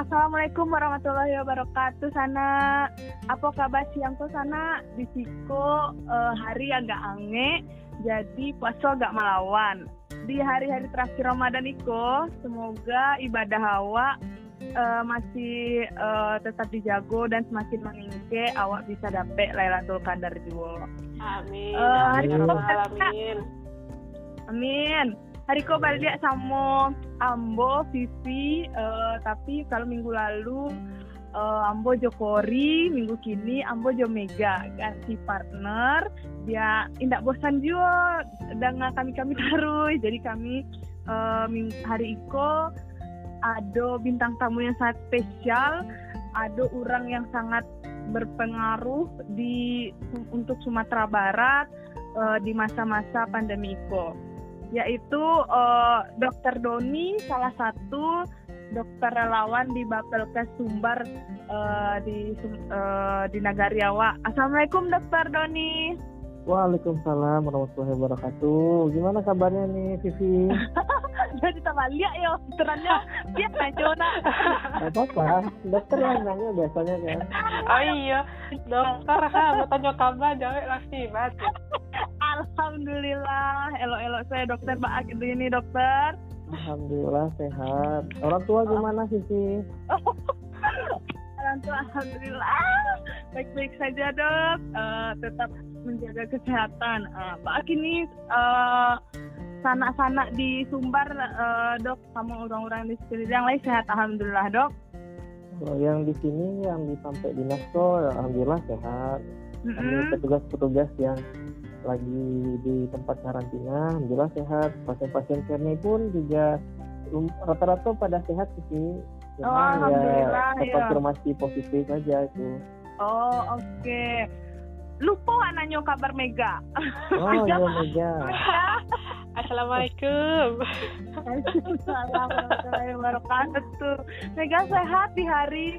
Assalamualaikum warahmatullahi wabarakatuh. Sana, apa kabar siang tuh sana? Di Siko hari agak ange, jadi puasa agak melawan. Di hari-hari terakhir Ramadan Iko, semoga ibadah hawa masih tetap dijago dan semakin meningkat. Awak bisa dapet Lailatul Qadar juga. Amin. Amin. Amin. Hari ko balik sama Ambo, Vivi, tapi kalau minggu lalu Ambo Jokori, minggu kini Ambo Jo Mega ganti partner. Dia tidak bosan juga dengan kami terus. Jadi kami hari Iko ada bintang tamu yang sangat spesial, ada orang yang sangat berpengaruh untuk Sumatera Barat di masa-masa pandemi Iko. Yaitu Dr. Doni, salah satu dokter relawan di Bapelkes Sumbar di Nagariawa. Assalamualaikum Dr. Doni. Waalaikumsalam warahmatullahi wabarakatuh. Gimana kabarnya nih Vivi? Jadi tambah liat ya, dokterannya dia aja nak. Gak apa-apa, dokter yang nanya biasanya kan. Oh iya, dokter mau tanya kabar jawab langsung banget. Alhamdulillah, elok-elok saya dokter Baak ini dokter. Alhamdulillah sehat. Orang tua gimana Vivi? Orang tua alhamdulillah baik-baik saja dok. Tetap menjaga kesehatan. Baak ini sanak-sanak di Sumbar dok, sama orang-orang di sekitar yang lain sehat alhamdulillah dok. Yang di sini yang sampai dinas tuh alhamdulillah sehat. Kami petugas-petugas yang lagi di tempat karantina alhamdulillah sehat. Pasien-pasien care pun juga rata-rata pada sehat sih. Alhamdulillah ya. Konfirmasi positif aja itu. Oh oke. Lupa nanya kabar Mega. Oh iya Mega. Assalamualaikum. Waalaikumsalam warahmatullahi wabarakatuh. Mega sehat di hari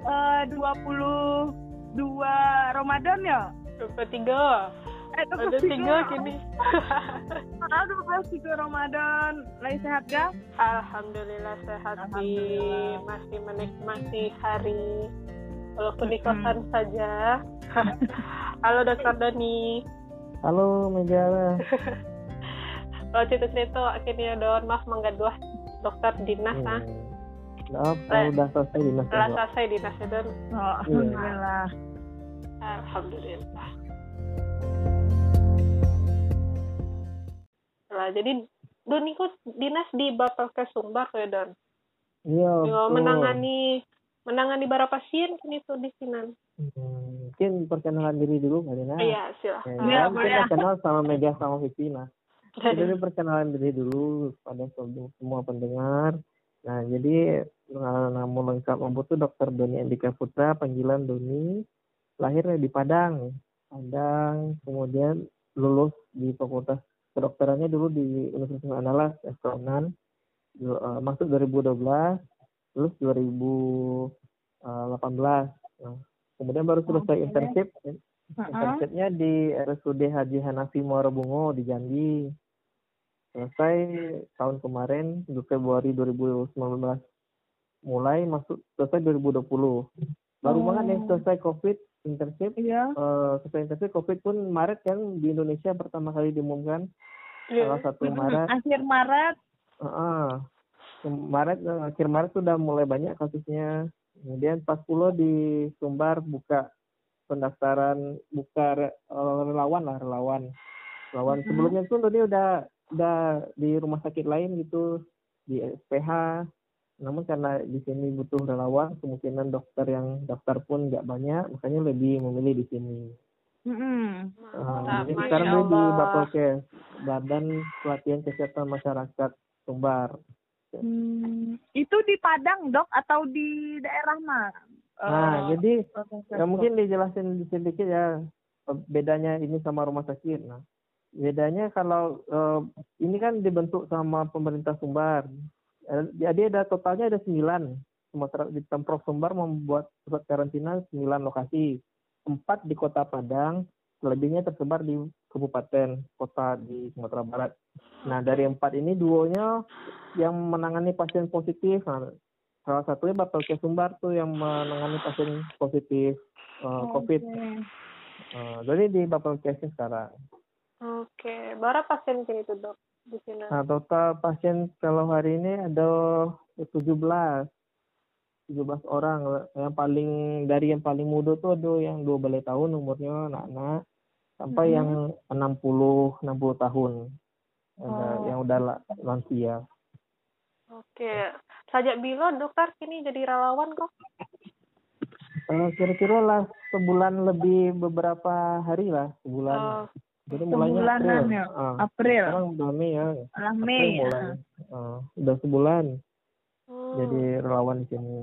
22 Ramadan ya? 23. Ada 3 kini. 23 Ramadan. Lagi sehat gak? Alhamdulillah sehat. Alhamdulillah. Masih menikmati hari walaupun di kosan saja. Halo Dr. Doni. Halo Mega. Kalau cerita-cerita akhirnya Don maaf menggaduh dokter dinas udah selesai dinas. Udah selesai dinasnya Don. Oh, alhamdulillah. Alhamdulillah. Nah, jadi Don ikut dinas di Bapelkes Sumbar ya Don. Iya. Menangani para pasien kini tuh di sini. Mungkin perkenalan diri dulu Mbak Dina. Iya silakan. Ya, mungkin kenal sama Mega sama Vivi nah. Jadi perkenalan diri dulu pada semua pendengar. Nah jadi nama lengkap Ambo tuh Dr. Doni Andika Putra, panggilan Doni. Lahirnya di Padang. Kemudian lulus di Fakultas Kedokterannya dulu di Universitas Andalas S1, masuk 2012, lulus 2018. Nah, kemudian baru selesai internship. Internshipnya di RSUD Haji Hanafi Muara Bungo di Jambi. Selesai tahun kemarin, Februari 2019. Mulai masuk selesai 2020. Baru banget nih selesai COVID internship. Iya. Selesai internship COVID pun Maret yang di Indonesia pertama kali diumumkan. Salah 1 Maret. Akhir Maret. Akhir Maret sudah mulai banyak kasusnya. Kemudian pas pula di Sumbar buka pendaftaran, relawan. Sebelumnya tuh tadi udah di rumah sakit lain gitu, di SPH. Namun karena di sini butuh relawan, kemungkinan dokter yang daftar pun nggak banyak, makanya lebih memilih di sini. Jadi sekarang di Bapelkes, Badan Pelatihan Kesehatan Masyarakat Sumbar. Itu di Padang dok atau di daerah mana? Jadi mungkin dijelasin sedikit ya bedanya ini sama rumah sakit. Nah, bedanya kalau ini kan dibentuk sama pemerintah Sumbar. Jadi totalnya ada 9. Di Pemprov Sumbar membuat pusat karantina 9 lokasi. 4 di Kota Padang, selebihnya tersebar di kabupaten kota di Sumatera Barat. Nah, dari 4 ini 2-nya yang menangani pasien positif. Nah, salah satunya Bapelkes Sumbar tuh yang menangani pasien positif COVID. Jadi di Bapelkesnya sekarang. Oke. Berapa pasien kini tuh dok di sini? Nah, total pasien kalau hari ini ada 17 orang. Dari yang paling muda tuh ada yang 12 tahun umurnya anak-anak sampai yang 60 tahun. Ada yang udah lansia. Oke. Sejak bila dokter kini jadi relawan kok? Kira-kira lah sebulan lebih beberapa hari lah, sebulan. Jadi mulainya April. Ya? April. Sekarang udah Mei ya. Mei. Mulai. Udah sebulan. Jadi relawan di sini.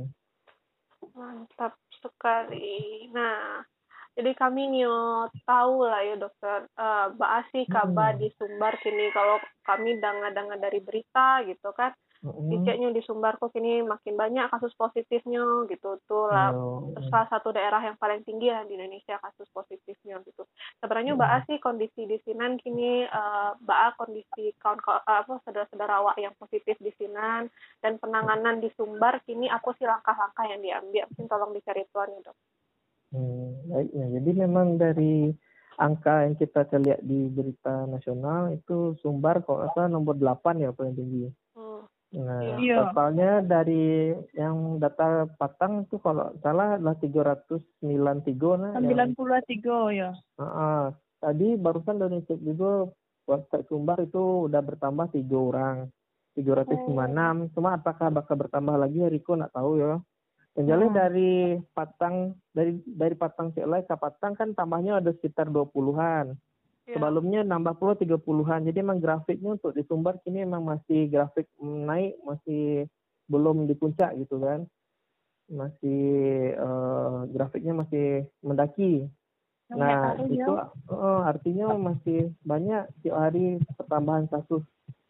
Mantap sekali. Nah, jadi kami tahu lah ya dokter, Baasi kabar di Sumbar kini kalau kami dengar dari berita gitu kan, Ciceknya di Sumbar kok kini makin banyak kasus positifnya gitu tuh lah. Salah satu daerah yang paling tinggi lah di Indonesia kasus positifnya gitu. Sebenarnya Baasi kondisi di Sinan kini kondisi saudara-saudara awak yang positif di Sinan dan penanganan di Sumbar kini apa sih langkah-langkah yang diambil? Mungkin tolong dicari tuan ya dok. Baik ya. Jadi memang dari angka yang kita lihat di berita nasional itu Sumbar kalau nomor 8 ya paling tinggi. Nah, totalnya dari yang data Patang itu kalau salah adalah 393 nah. 93 ya. Tadi barusan dari cek juga Polsek Sumbar itu udah bertambah 3 orang. 356. Cuma apakah bakal bertambah lagi Riko nggak tahu ya. Yang dari Patang dari Patang Celai ke Patang kan tambahnya ada sekitar 20-an. Sebelumnya nambah pula 30-an. Jadi memang grafiknya untuk di Sumbar kini memang masih grafik naik, masih belum di puncak gitu kan. Masih grafiknya masih mendaki. Nah, itu artinya masih banyak tiap hari pertambahan kasus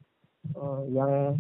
yang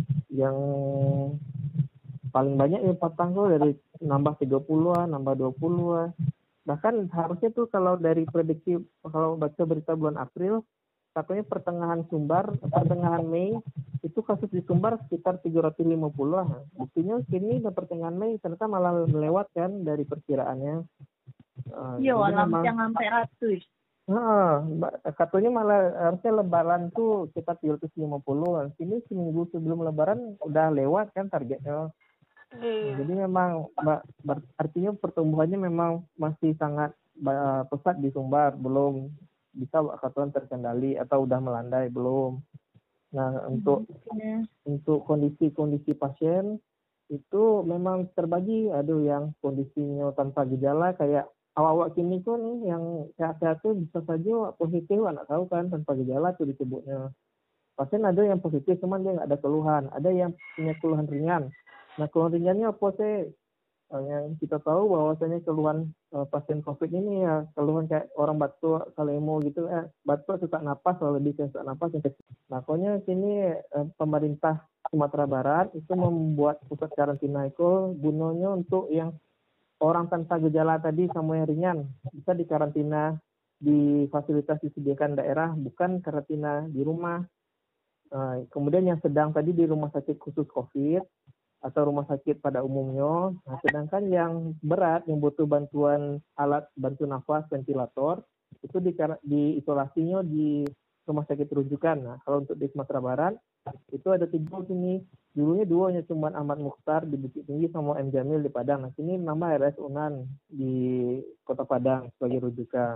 paling banyak ya Patang tuh dari nambah 30-an, nambah 20-an. Bahkan harusnya tuh kalau dari prediksi, kalau baca berita bulan April, katanya pertengahan Mei, itu kasus di Sumbar sekitar 350-an. Buktinya kini di pertengahan Mei ternyata malah melewat kan dari perkiraannya. Iya, yang sampai 100. Katanya malah harusnya lebaran tuh sekitar 350-an. Sini seminggu sebelum lebaran udah lewat kan targetnya. Jadi memang artinya pertumbuhannya memang masih sangat pesat di Sumbar, belum bisa katakan terkendali atau udah melandai belum. Nah, untuk kondisi pasien itu memang terbagi, ada yang kondisinya tanpa gejala kayak awak kini tuh nih yang sehat-sehat tuh bisa saja positif, anak tahu kan tanpa gejala tuh disebutnya. Pasien ada yang positif cuman dia nggak ada keluhan, ada yang punya keluhan ringan. Nah, keluhan ringannya apa sih? Yang kita tahu bahwasanya keluhan pasien COVID ini ya keluhan kayak orang batuk, kalemo gitu, batuk, sesak napas, lebih ke sesak napas yang kecil. Nah, pokoknya sini pemerintah Sumatera Barat itu membuat pusat karantina itu gunanya untuk yang orang tanpa gejala tadi sama yang ringan bisa dikarantina di fasilitas disediakan daerah, bukan karantina di rumah. Kemudian yang sedang tadi di rumah sakit khusus COVID atau rumah sakit pada umumnya. Nah, sedangkan yang berat, yang butuh bantuan alat bantu nafas, ventilator, itu di isolasinya di rumah sakit rujukan. Nah, kalau untuk di Sumatera Barat, itu ada 3 sini. Dulunya 2 hanya cuma Ahmad Mukhtar di Bukit Tinggi sama M. Jamil di Padang. Nah, sini nama RS Unan di Kota Padang sebagai rujukan.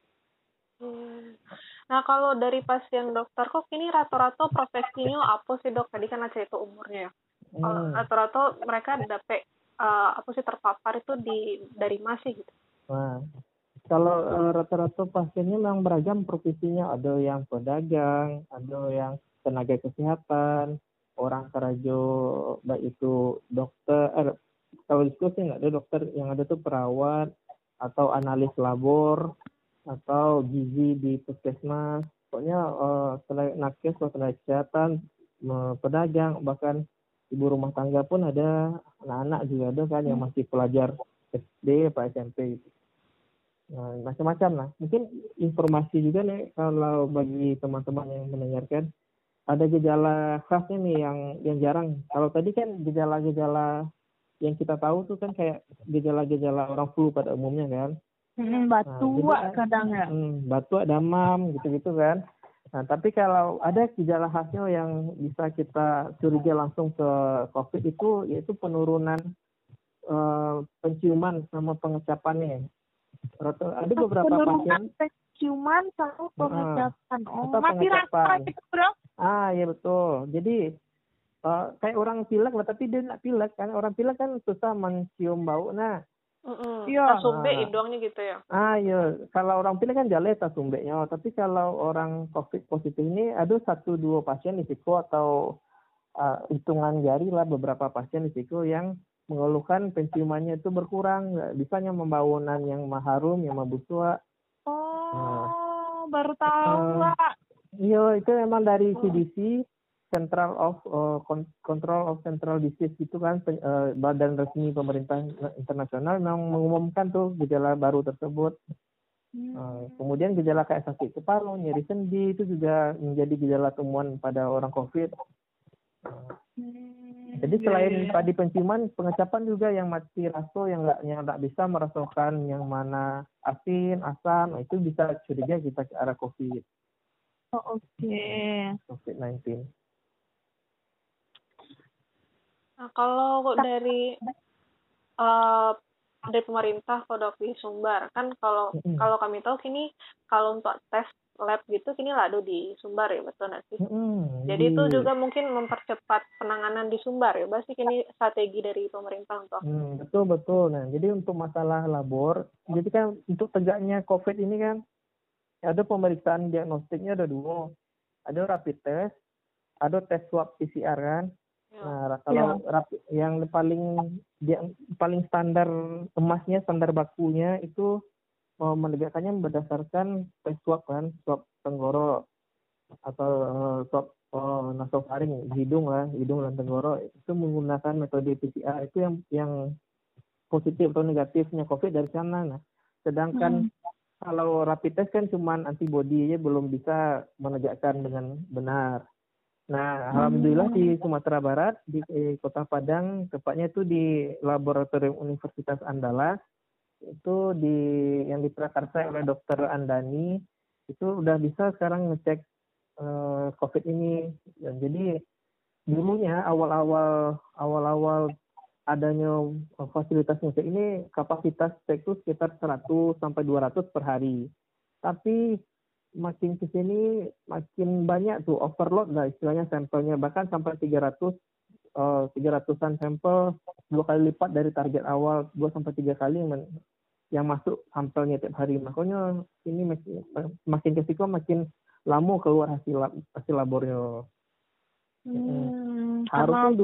Nah, kalau dari pasien dokter kok ini rata-rata profesinya apa sih dok? Tadi kan cerita umurnya ya. Rata-rata mereka dapat terpapar itu dari masih gitu. Nah, kalau rata-rata pasiennya memang beragam profesinya, ada yang pedagang, ada yang tenaga kesehatan, orang karajo, baik itu dokter, kalau diskusi nggak ada dokter, yang ada tuh perawat atau analis labor atau gizi di puskesmas, pokoknya tenaga nakes atau tenaga kesehatan, pedagang, bahkan ibu rumah tangga pun ada, anak-anak juga ada kan yang masih pelajar SD atau SMP gitu. Nah, macam-macam lah. Mungkin informasi juga nih kalau bagi teman-teman yang mendengarkan, ada gejala khasnya nih yang jarang. Kalau tadi kan gejala-gejala yang kita tahu tuh kan kayak gejala-gejala orang flu pada umumnya kan. Batuk kadang ya. Batuk, demam gitu-gitu kan. Nah, tapi kalau ada gejala khasnya yang bisa kita curiga langsung ke COVID itu yaitu penurunan penciuman sama pengecapannya. Ada beberapa pasien penciuman sama pengecapan. mati rasa gitu, Bro. Ya betul. Jadi kayak orang pilek lah, tapi dia nggak pilek kan. Orang pilek kan susah mencium bau. Nah, tasumbe hidungnya gitu ya. Iya. Kalau orang pilek kan jale tasumbenya. Tapi kalau orang COVID positif ini ada 1-2 pasien risiko atau hitungan jari lah beberapa pasien risiko yang mengeluhkan penciumannya itu berkurang, nggak bisanya membaunan yang harum, yang membusuk. Baru tahu Pak. Iya, itu memang dari CDC, Central of Control of Central Disease itu kan badan resmi pemerintah internasional memang mengumumkan tuh gejala baru tersebut. Kemudian gejala kayak sakit kepala, nyeri sendi itu juga menjadi gejala temuan pada orang COVID. Jadi selain tadi penciuman, pengecapan juga yang mati rasa, yang nggak bisa merasakan yang mana asin, asam, itu bisa curiga kita ke arah COVID. COVID-19. Nah, kalau dari pemerintah Kodok di Sumbar kan kalau kami tahu kini kalau untuk tes lab gitu kini ada di Sumbar ya, betul nggak sih? Jadi itu juga mungkin mempercepat penanganan di Sumbar ya, pasti kini strategi dari pemerintah untuk. Betul. Nah, jadi untuk masalah labor, jadi kan untuk tegaknya COVID ini kan ada pemeriksaan diagnostiknya ada 2, ada rapid test, ada tes swab PCR kan. Nah, kalau yang paling standar emasnya, standar bakunya itu menegakkannya berdasarkan tes swab kan, swab tenggorok atau swab nasofaring, hidung dan tenggorok, itu menggunakan metode PCR. Itu yang positif atau negatifnya COVID dari sana. Nah, sedangkan kalau rapid test kan cuma antibody aja, belum bisa menegakkan dengan benar. Nah, alhamdulillah di Sumatera Barat, di Kota Padang, tepatnya itu di Laboratorium Universitas Andalas, itu yang diprakarsai oleh Dokter Andani, itu udah bisa sekarang ngecek COVID ini. Dan jadi dulunya awal-awal adanya fasilitas ngecek ini, kapasitas cek itu sekitar 100 sampai 200 per hari. Tapi makin ke sini makin banyak tuh, overload lah istilahnya sampelnya, bahkan sampai 300-an sampel, 2 kali lipat dari target awal, 2 sampai 3 kali yang masuk sampelnya tiap hari. Makanya ini makin kesiko makin lama keluar hasil labornya. Harusnya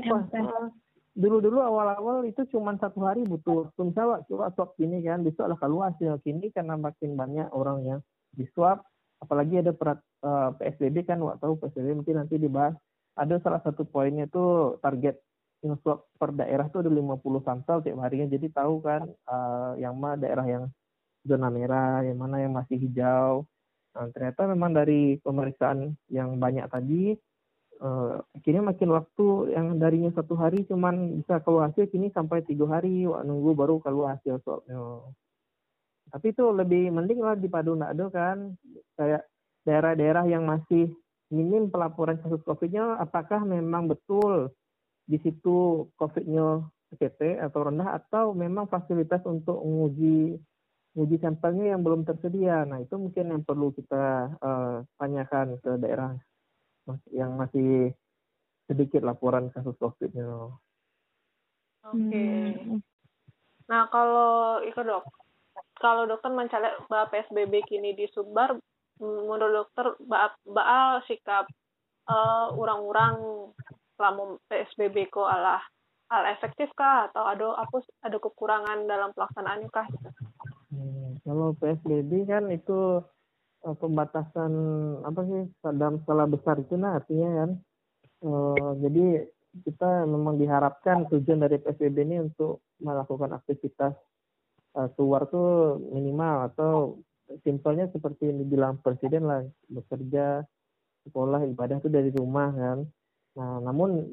dulu awal-awal itu cuma 1 hari butuh. Misalnya coba swab ini kan, besok lah keluar hasil. Kini karena makin banyak orang yang di swab, apalagi ada PSBB kan, tahu PSBB mungkin nanti dibahas. Ada salah satu poinnya tuh target swab per daerah tuh ada 50 sampel tiap harinya. Jadi tahu kan yang mana daerah yang zona merah, yang mana yang masih hijau. Nah, ternyata memang dari pemeriksaan yang banyak tadi, akhirnya makin waktu yang darinya 1 hari cuman bisa keluar hasil, kini sampai 3 hari nunggu baru keluar hasil swabnya. Tapi itu lebih mending lah dipadu nado kan, kayak daerah-daerah yang masih minim pelaporan kasus COVID-nya, apakah memang betul di situ COVID-nya CT atau rendah, atau memang fasilitas untuk menguji sampelnya yang belum tersedia. Nah, itu mungkin yang perlu kita tanyakan ke daerah yang masih sedikit laporan kasus COVID-nya. Oke. Nah, kalau dokter mencari PSBB kini di Sumbar, menurut dokter baal sikap orang-orang selama PSBB ko ala efektif kah, atau ada kekurangan dalam pelaksanaannya kah? Kalau PSBB kan itu pembatasan dalam skala besar itu, nah artinya kan jadi kita memang diharapkan tujuan dari PSBB ini untuk melakukan aktivitas keluar tuh minimal, atau simpelnya seperti yang dibilang Presiden lah, bekerja, sekolah, ibadah itu dari rumah kan. Nah, namun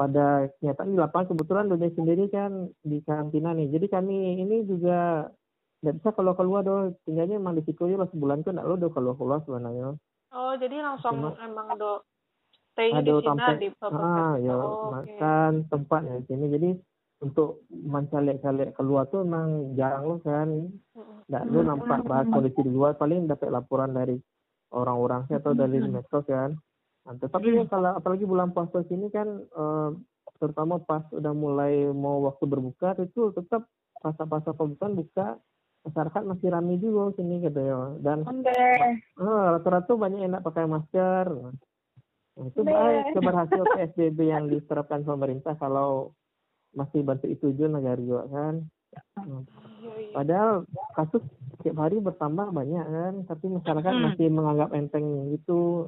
pada kenyataan di lapangan kebetulan Doni sendiri kan di karantina nih. Jadi kami ini juga nggak bisa kalau keluar doh. Tinggalnya emang di situ aja lah sebulan tuh nggak lo doh kalau keluar sebenarnya. Oh, jadi langsung Cuma emang stay-nya di ada sini sampai di Bapelkes. ya Oh, oke. makan tempatnya di sini. Jadi untuk mencalek-calek keluar tuh emang jarang lo kan. Nggak lo nampak bahas kondisi di luar, paling dapat laporan dari orang-orang atau dari medsos kan. Nah, tetapi ya kalau apalagi bulan puasa sini kan terutama pas udah mulai mau waktu berbuka itu tetap pasar-pasar pembukaan buka, masyarakat masih ramai juga sini gitu ya. Dan rata-rata banyak yang nggak pakai masker. Nah, itu keberhasilan PSBB yang diterapkan pemerintah kalau masih bantu itu juga negara juga kan. Padahal kasus setiap hari bertambah banyak kan, tapi masyarakat masih menganggap enteng gitu.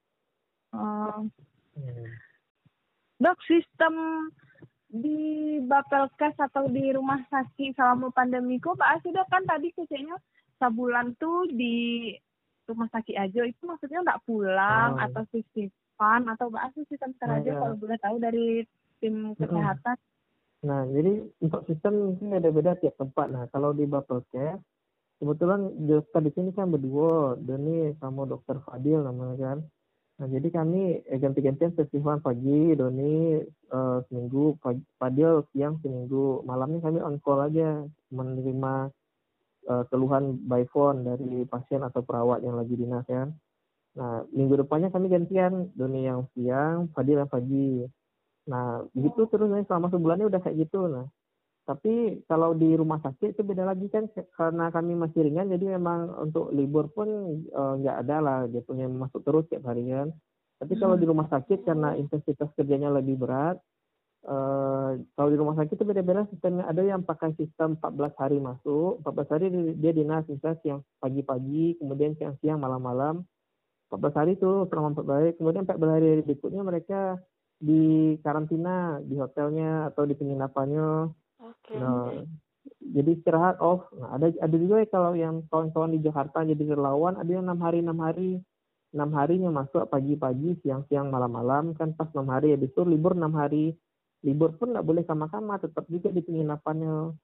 Dok, sistem di Bapelkes atau di rumah sakit selama pandemi kok Pak Asi dok, kan tadi kayaknya sebulan tuh di rumah sakit aja, itu maksudnya nggak pulang atau sisipan atau Pak Asi sistem aja kalau boleh tahu dari tim kesehatan. Nah, jadi untuk sistem ini beda-beda tiap tempat. Nah, kalau di Bapelkes kebetulan dokter di sini kan berdua, Doni sama dokter Fadil namanya kan. Nah, jadi kami ganti-gantian sesihan pagi, Doni seminggu, Fadil siang seminggu, malamnya kami on call aja menerima keluhan by phone dari pasien atau perawat yang lagi dinas kan. Nah, minggu depannya kami gantian, Doni yang siang, Fadil yang pagi. Nah, begitu terus selama sebulannya udah kayak gitu. Nah, tapi kalau di rumah sakit itu beda lagi kan, karena kami masih ringan, jadi memang untuk libur pun nggak ada lah, dia punya masuk terus tiap hari kan. Tapi kalau di rumah sakit karena intensitas kerjanya lebih berat, kalau di rumah sakit itu beda-beda sistemnya. Ada yang pakai sistem 14 hari masuk, 14 hari dia dinas, misalnya siang pagi-pagi, kemudian siang-siang, malam-malam. 14 hari itu selama 14 hari, kemudian 14 hari berikutnya mereka di karantina di hotelnya atau di penginapannya. Nah, jadi istirahat off. Nah, ada juga ya kalau yang kawan-kawan di Jakarta jadi relawan, ada yang 6 harinya masuk pagi-pagi, siang-siang, malam-malam kan, pas 6 hari habis itu libur 6 hari. Libur pun nggak boleh sama-sama, tetap juga di penginapannya.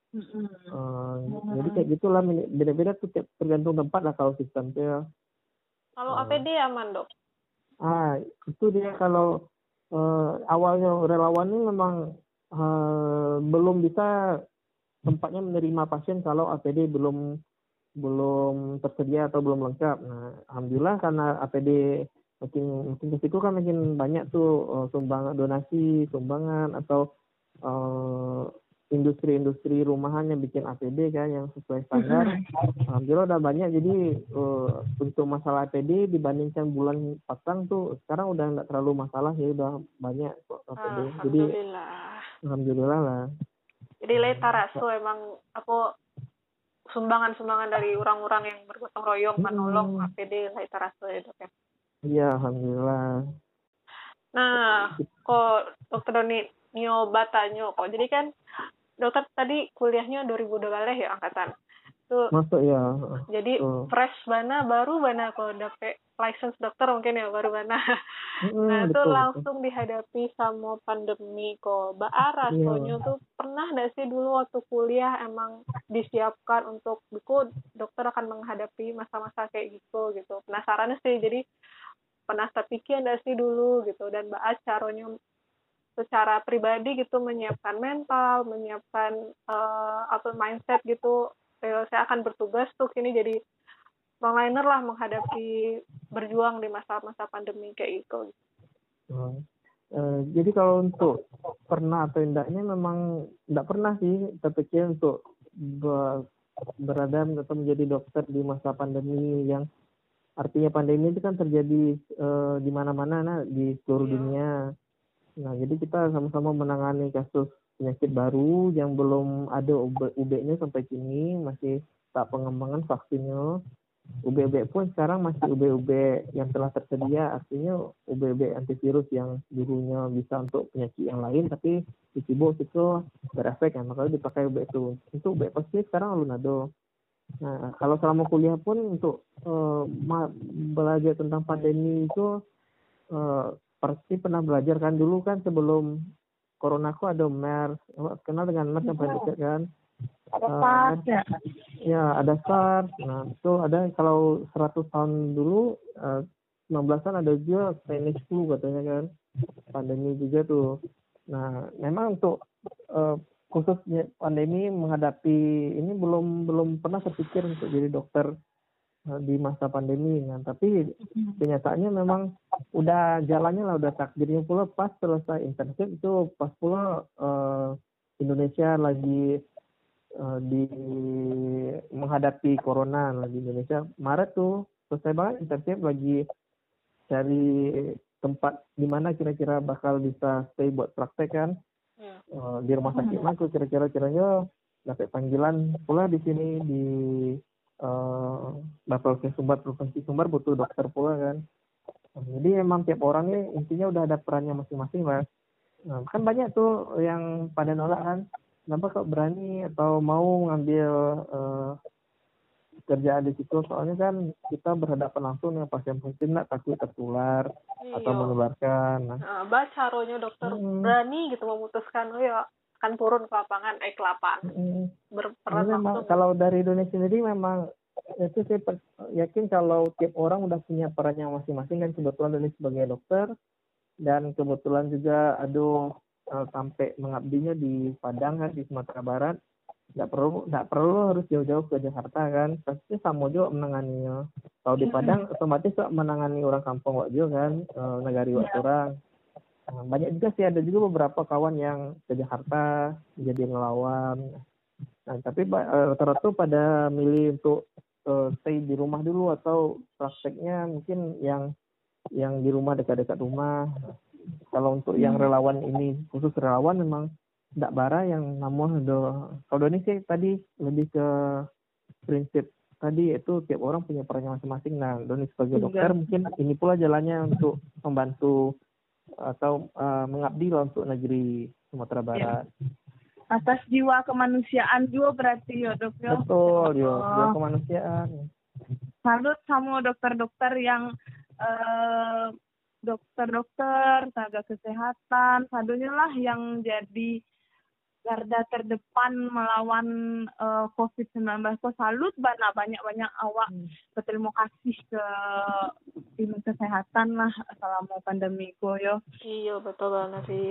Jadi kayak gitulah, beda-beda tuh tergantung tempat lah kalau sistem tuh. Kalau APD aman dok? Itu dia kalau awalnya relawan ini memang belum bisa tempatnya menerima pasien kalau APD belum tersedia atau belum lengkap. Nah, alhamdulillah karena APD makin ke situ kan makin banyak tuh sumbangan atau industri rumahan yang bikin APD kan yang sesuai standar. Alhamdulillah udah banyak, jadi untuk masalah APD dibandingkan bulan pasang tuh sekarang udah nggak terlalu masalah ya, udah banyak kok APD. Jadi alhamdulillah lah. Jadi Leta Raso emang sumbangan dari orang-orang yang bergotong royong menolong APD Leta Raso ya dok ya. Iya, alhamdulillah. Nah, kok dokter Doni nyobatannya kok. Jadi kan dokter tadi kuliahnya 2012 ya angkatan. Tuh. Masuk ya. Jadi fresh baru kok dapet license dokter mungkin ya baru bana. Nah, itu langsung dihadapi sama pandemi kok. Mbak rasanya tuh pernah nggak sih dulu waktu kuliah emang disiapkan untuk dokter akan menghadapi masa-masa kayak gitu. Penasaran sih, jadi pernah terpikir nggak sih dulu gitu, dan Mbak caranya secara pribadi gitu menyiapkan mental, menyiapkan mindset gitu. Saya akan bertugas tuh ini jadi frontliner lah menghadapi berjuang di masa-masa pandemi kayak gitu. Jadi kalau untuk pernah atau tidaknya memang tidak pernah sih terpikir untuk berada atau menjadi dokter di masa pandemi, yang artinya pandemi itu kan terjadi di mana-mana di seluruh dunia. Nah, jadi kita sama-sama menangani kasus penyakit baru yang belum ada UB-nya sampai kini, masih tak pengembangan vaksinnya. UB-UB pun sekarang masih UB-UB yang telah tersedia, artinya UB-UB antivirus yang dulunya bisa untuk penyakit yang lain, tapi di tubuh itu berefek, maka dipakai UB itu. Itu UB pasti sekarang Lunado. Nah, kalau selama kuliah pun untuk belajar tentang pandemi itu pasti pernah belajar kan dulu kan sebelum corona aku ada MERS. Awak kenal dengan MERS yang paling dekat kan? Ada SARS ya. Ya, ada SARS. Nah, itu ada kalau 100 tahun dulu 19-an ada juga Spanish flu katanya kan. Pandemi juga tuh. Nah, memang untuk khususnya pandemi menghadapi ini belum pernah terpikir untuk jadi dokter di masa pandemi kan. Tapi kenyataannya memang udah jalannya lah, udah takdirnya pula pas selesai internship itu pas pula Indonesia lagi di menghadapi corona lah di Indonesia. Maret tuh selesai banget internship, lagi cari tempat di mana kira-kira bakal bisa stay buat praktek kan. Di rumah sakit mana aku kira-kira dapat panggilan pula di sini di Bapelkes Sumbar, Provinsi Sumbar butuh dokter pula kan. Jadi emang tiap orang nih intinya udah ada perannya masing-masing lah. Nah, kan banyak tuh yang pada nolak kan. Kenapa kok berani atau mau ngambil kerjaan di situ? Soalnya kan kita berhadapan langsung dengan pasien-pasien, nggak takut tertular atau menularkan. Nah, caronya dokter berani gitu memutuskan, oh ya akan turun ke lapangan ke lapangan. Berperan langsung. Kalau dari Indonesia sendiri memang itu saya yakin kalau tiap orang udah punya perannya masing-masing kan. Kebetulan ini sebagai dokter dan kebetulan juga sampai mengabdinya di Padang kan, di Sumatera Barat. Nggak perlu harus jauh-jauh ke Jakarta kan, pasti sama juga menanganinya. Kalau di Padang otomatis menangani orang kampung wak juga kan, negari wak orang. Nah, banyak juga sih, ada juga beberapa kawan yang ke Jakarta jadi ngelawan. Nah, tapi rata-rata pada milih untuk stay di rumah dulu atau prakteknya mungkin yang di rumah, dekat-dekat rumah. Kalau untuk yang relawan ini, khusus relawan memang tidak bara yang namun kalau ini sih tadi lebih ke prinsip tadi itu tiap orang punya perannya masing-masing. Nah, Doni sebagai dokter mungkin ini pula jalannya untuk membantu atau mengabdi lah untuk negeri Sumatera Barat. Atas jiwa kemanusiaan juga berarti ya dok ya. Betul, jiwa kemanusiaan. Salut sama dokter-dokter yang dokter-dokter, tenaga kesehatan, sadunya lah yang jadi garda terdepan melawan COVID-19. So, salut banyak-banyak awak. Berterima kasih ke tim kesehatan lah selama pandemi ko yo. Iya, betul banget sih.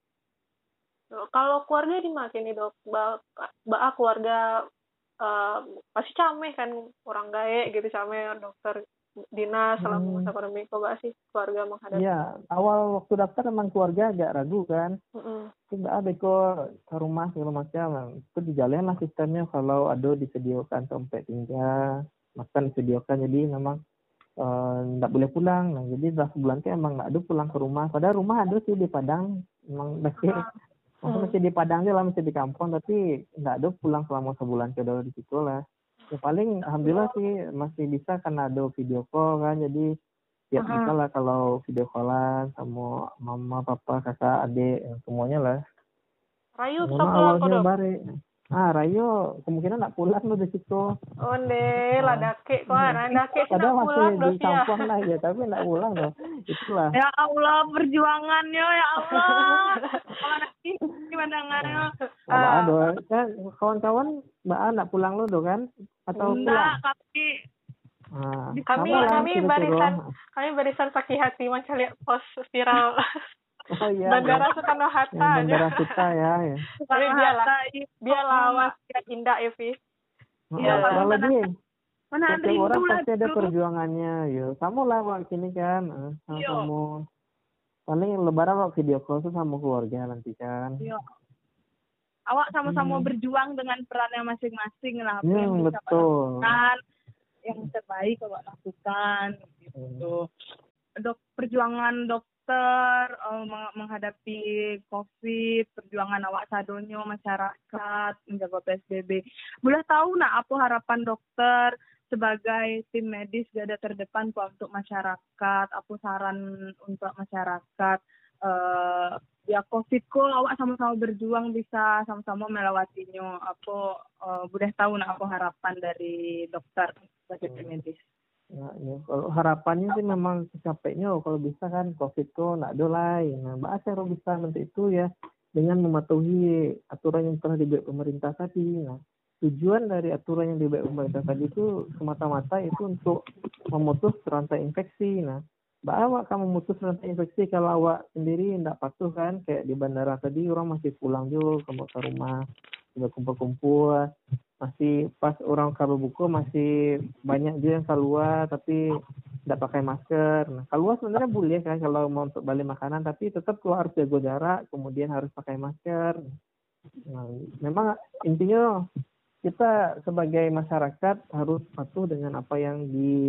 Kalau keluarga di mana nih dok? Keluarga pasti cameh kan, orang gae gitu, cameh dokter dinas selama masa pandemi kok sih keluarga menghadapi? Iya, awal waktu daftar memang keluarga agak ragu kan. Tidak ada kok ke rumah segala macam. Itu dijalin lah sistemnya, kalau ada disediakan tempat tinggal, makan disediakan, jadi memang nggak boleh pulang. Nah, jadi setelah sebulan itu emang nggak ada pulang ke rumah. Padahal rumah ada sih di Padang, emang masih di Padang aja lah, masih di kampung, tapi nggak ada pulang selama sebulan ke di situ lah. Ya paling alhamdulillah sih masih bisa karena ada video call kan, jadi tiap bisa lah kalau video callan sama mama, papa, kakak, adik, semuanya lah. Rayu bisa pulang kok dok? Rayu kemungkinan nak pulang lo di situ. Oh lah dake kok, dake sih nak pulang di kampung lah ya, tapi nak pulang loh. Itulah. Ya Allah, perjuangannya ya Allah. Nanti gimana nggak? Kan kawan-kawan Mbak nak pulang lo do kan? Atau enggak, pulang? Kami barisan sakit hati macam lihat post viral. Oh iya. Bandara Soekarno Hatta. Bandara Suta ya. Tapi dia lawas indah Evi. Iya. Kalau dia setiap orang pasti ada perjuangannya. Yo, kamu lah waktu ini kan, kamu. Paling lebaran waktu video call tuh sama keluarga nanti kan. Iya. Awak sama-sama berjuang dengan perannya masing-masing lah. Betul. Yang terbaik awak lakukan gitu. Perjuangan dokter menghadapi COVID, perjuangan awak sadonyo masyarakat menjaga PSBB. Boleh tahu nak apa harapan dokter sebagai tim medis garda terdepan untuk masyarakat? Apa saran untuk masyarakat? Ya COVID ko awak sama-sama berjuang bisa sama-sama melewatinya. Apa boleh tahu nak apa harapan dari dokter sebagai tim medis? Nah, ya, kalau harapannya sih memang capeknya kalau bisa kan COVID ko nak dolai. Nah, bahasa kalau bisa nanti itu ya dengan mematuhi aturan yang telah dibuat pemerintah tadi. Nah, tujuan dari aturan yang dibuat pemerintah tadi itu semata-mata itu untuk memutus rantai infeksi. Nah, awak akan memutus rantai infeksi kalau awak sendiri tidak patuh kan, kayak di bandara tadi orang masih pulang juga ke rumah, sudah kumpul-kumpul, masih pas orang kalau buku masih banyak juga yang keluar tapi tidak pakai masker. Nah, keluar sebenarnya boleh kan kalau mau untuk beli makanan, tapi tetap keluar harus jaga jarak, kemudian harus pakai masker. Nah, memang intinya kita sebagai masyarakat harus patuh dengan apa yang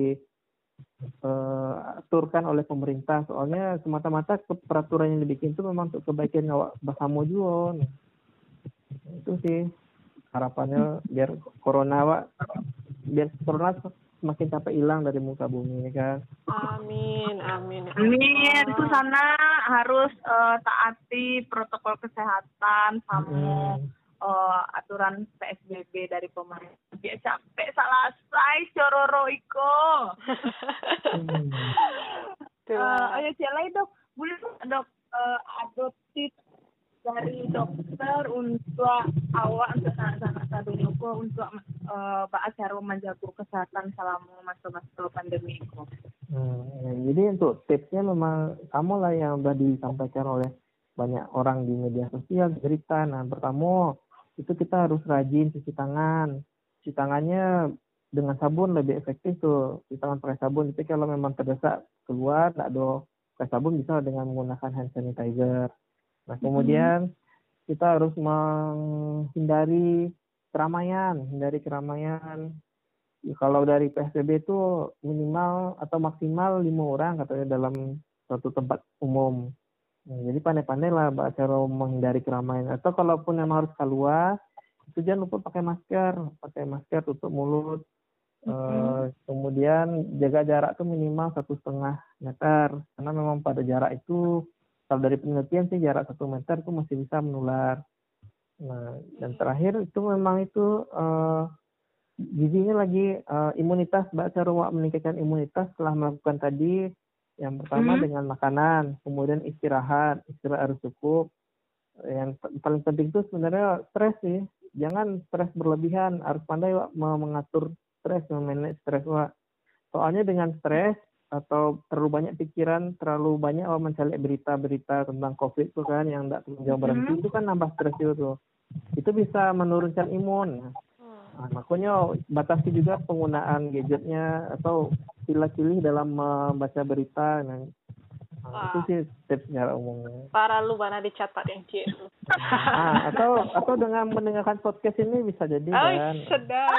diaturkan oleh pemerintah. Soalnya semata-mata peraturan yang dibikin itu memang untuk kebaikan awak bersama juga. Nah, itu sih harapannya biar corona semakin sampai hilang dari muka bumi kan. Amin. Itu sana harus taati protokol kesehatan sama aturan PSBB dari pemerintah. Biar sampai selesai cororo iko. Ayo sialai dok, boleh dok adoptif dari dokter untuk awak untuk anak-anak tadi untuk cara menjaga kesehatan selama masa-masa pandemi itu. Jadi untuk tipsnya memang sama lah yang sudah disampaikan oleh banyak orang di media sosial berita. Nah, pertama itu kita harus rajin cuci tangan. Cuci tangannya dengan sabun lebih efektif tuh. Cuci tangan pakai sabun. Tapi kalau memang terdesak keluar tak ada pakai sabun, bisa dengan menggunakan hand sanitizer. Nah, kemudian kita harus menghindari keramaian. Kalau dari PSBB itu minimal atau maksimal 5 orang katanya dalam suatu tempat umum. Nah, jadi pandai-pandai lah cara menghindari keramaian. Atau kalaupun memang harus keluar, itu jangan lupa pakai masker, tutup mulut. Kemudian jaga jarak tuh minimal 1,5 meter. Karena memang pada jarak itu, kalau dari penelitian sih jarak 1 meter itu masih bisa menular. Nah, dan terakhir itu memang itu giginya lagi imunitas, cara meningkatkan imunitas setelah melakukan tadi. Yang pertama dengan makanan, kemudian istirahat harus cukup. Yang paling penting itu sebenarnya stres sih. Jangan stres berlebihan, harus pandai mengatur stres, memanage stres. Soalnya dengan stres atau terlalu banyak pikiran, terlalu banyak mencari berita-berita tentang COVID itu kan yang tidak berhenti, itu kan nambah stres itu. Itu bisa menurunkan imun. Nah, makanya batasi juga penggunaan gadgetnya atau pilih-pilih dalam membaca berita. Nah, itu sih tips secara umumnya. Para lu mana dicatat yang Ci. Atau dengan mendengarkan podcast ini bisa jadi kan. Sedap.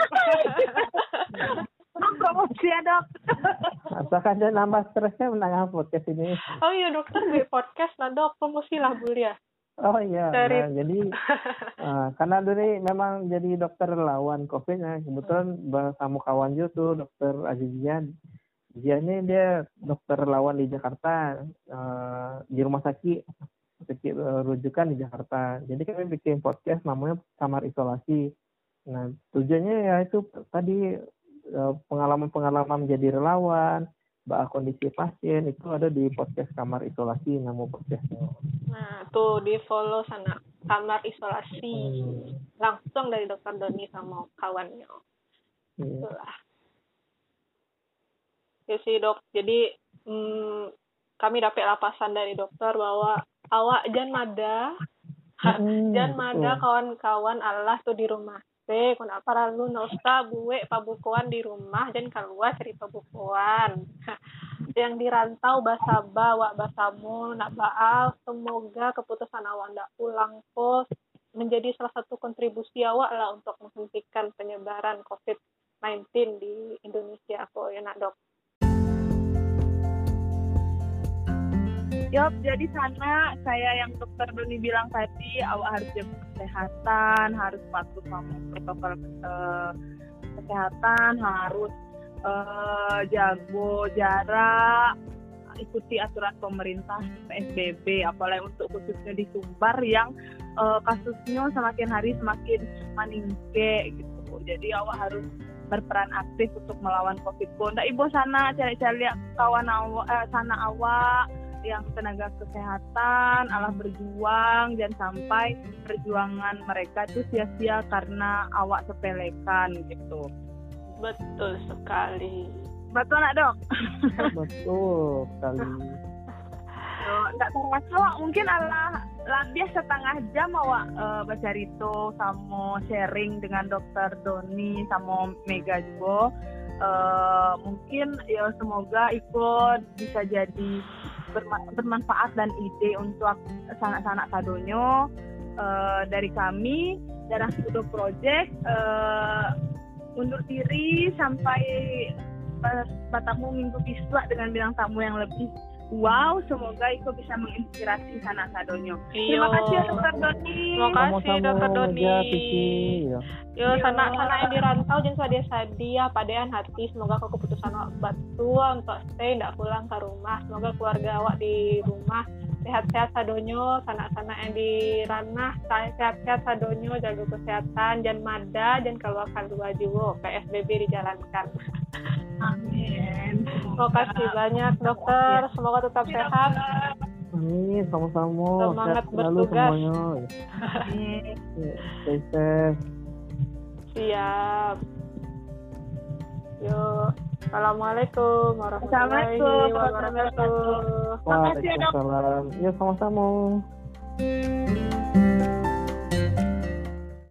Promosi ya dok. Asalkan dia nambah stresnya mendengar podcast ini. Oh iya dokter di podcast lah dok, promosi lah Bu ya. Oh iya, nah, jadi karena dulu memang jadi dokter lawan COVID ya, kebetulan bersama kawan juga tuh dokter Azizia. Dia ini dia dokter lawan di Jakarta, di rumah sakit rujukan di Jakarta. Jadi kami bikin podcast namanya Kamar Isolasi. Nah, tujuannya ya itu tadi pengalaman-pengalaman menjadi relawan, kondisi pasien itu ada di podcast Kamar Isolasi, nama podcastnya. Nah, tuh di follow sana Kamar Isolasi, langsung dari Dokter Doni sama kawannya. Itulah. Ya sih dok, jadi kami dapat lapasan dari dokter bahwa awak jangan mada kawan-kawan Allah tuh di rumah. Kenapa lalu nosta buwe pabukuan di rumah dan keluar cari pabukuan. Yang dirantau basaba wak basamu nak baal, semoga keputusan awak ndak pulang pos menjadi salah satu kontribusi awak lah untuk menghentikan penyebaran COVID-19 di Indonesia kok ya nak dok. Yop, jadi sana saya yang dokter Doni bilang tadi, awak harus jaga kesehatan, harus patuh sama protokol kesehatan, harus jaga jarak, ikuti aturan pemerintah PSBB, apalagi untuk khususnya di Sumbar yang kasusnya semakin hari semakin meningkat gitu. Jadi awak harus berperan aktif untuk melawan COVID-19. Ndak ibu sana cari-cari kawan sana awak yang tenaga kesehatan, Allah berjuang, jangan sampai perjuangan mereka itu sia-sia karena awak sepelekan gitu. Betul sekali. Betul nak dok? Betul sekali. Nggak terasa mungkin Allah lebih setengah jam awak bercerita sama sharing dengan Dokter Doni sama Mega juga. Mungkin ya semoga ikut bisa jadi bermanfaat dan ide untuk sanak-sanak sadonyo. Dari kami Darah Kudo Project undur diri sampai bertemu minggu besok dengan bintang tamu yang lebih wow. Semoga itu bisa menginspirasi sanak sadonyo. Terima kasih Dokter Doni. Terima kasih Dokter Doni. Yo sana yang di rantau jangan sadia padean hati. Semoga kau keputusan awak batu untuk stay tidak pulang ke rumah. Semoga keluarga awak di rumah sehat-sehat sadonyo. Sanak-sanak yang di ranah sehat-sehat sadonyo, jaga kesehatan, jangan mada, jangan keluarkan dua jiwa. PSBB dijalankan. Amin. Terima kasih banyak dokter. Semoga tetap sehat. Amin, sama-sama. Semangat sehat selalu bertugas. Semuanya. Stay safe. Siap. Yo, assalamualaikum warahmatullahi Assalamualaikum wabarakatuh. Makasih ya, Dok. Waalaikumsalam. Ya sama-sama.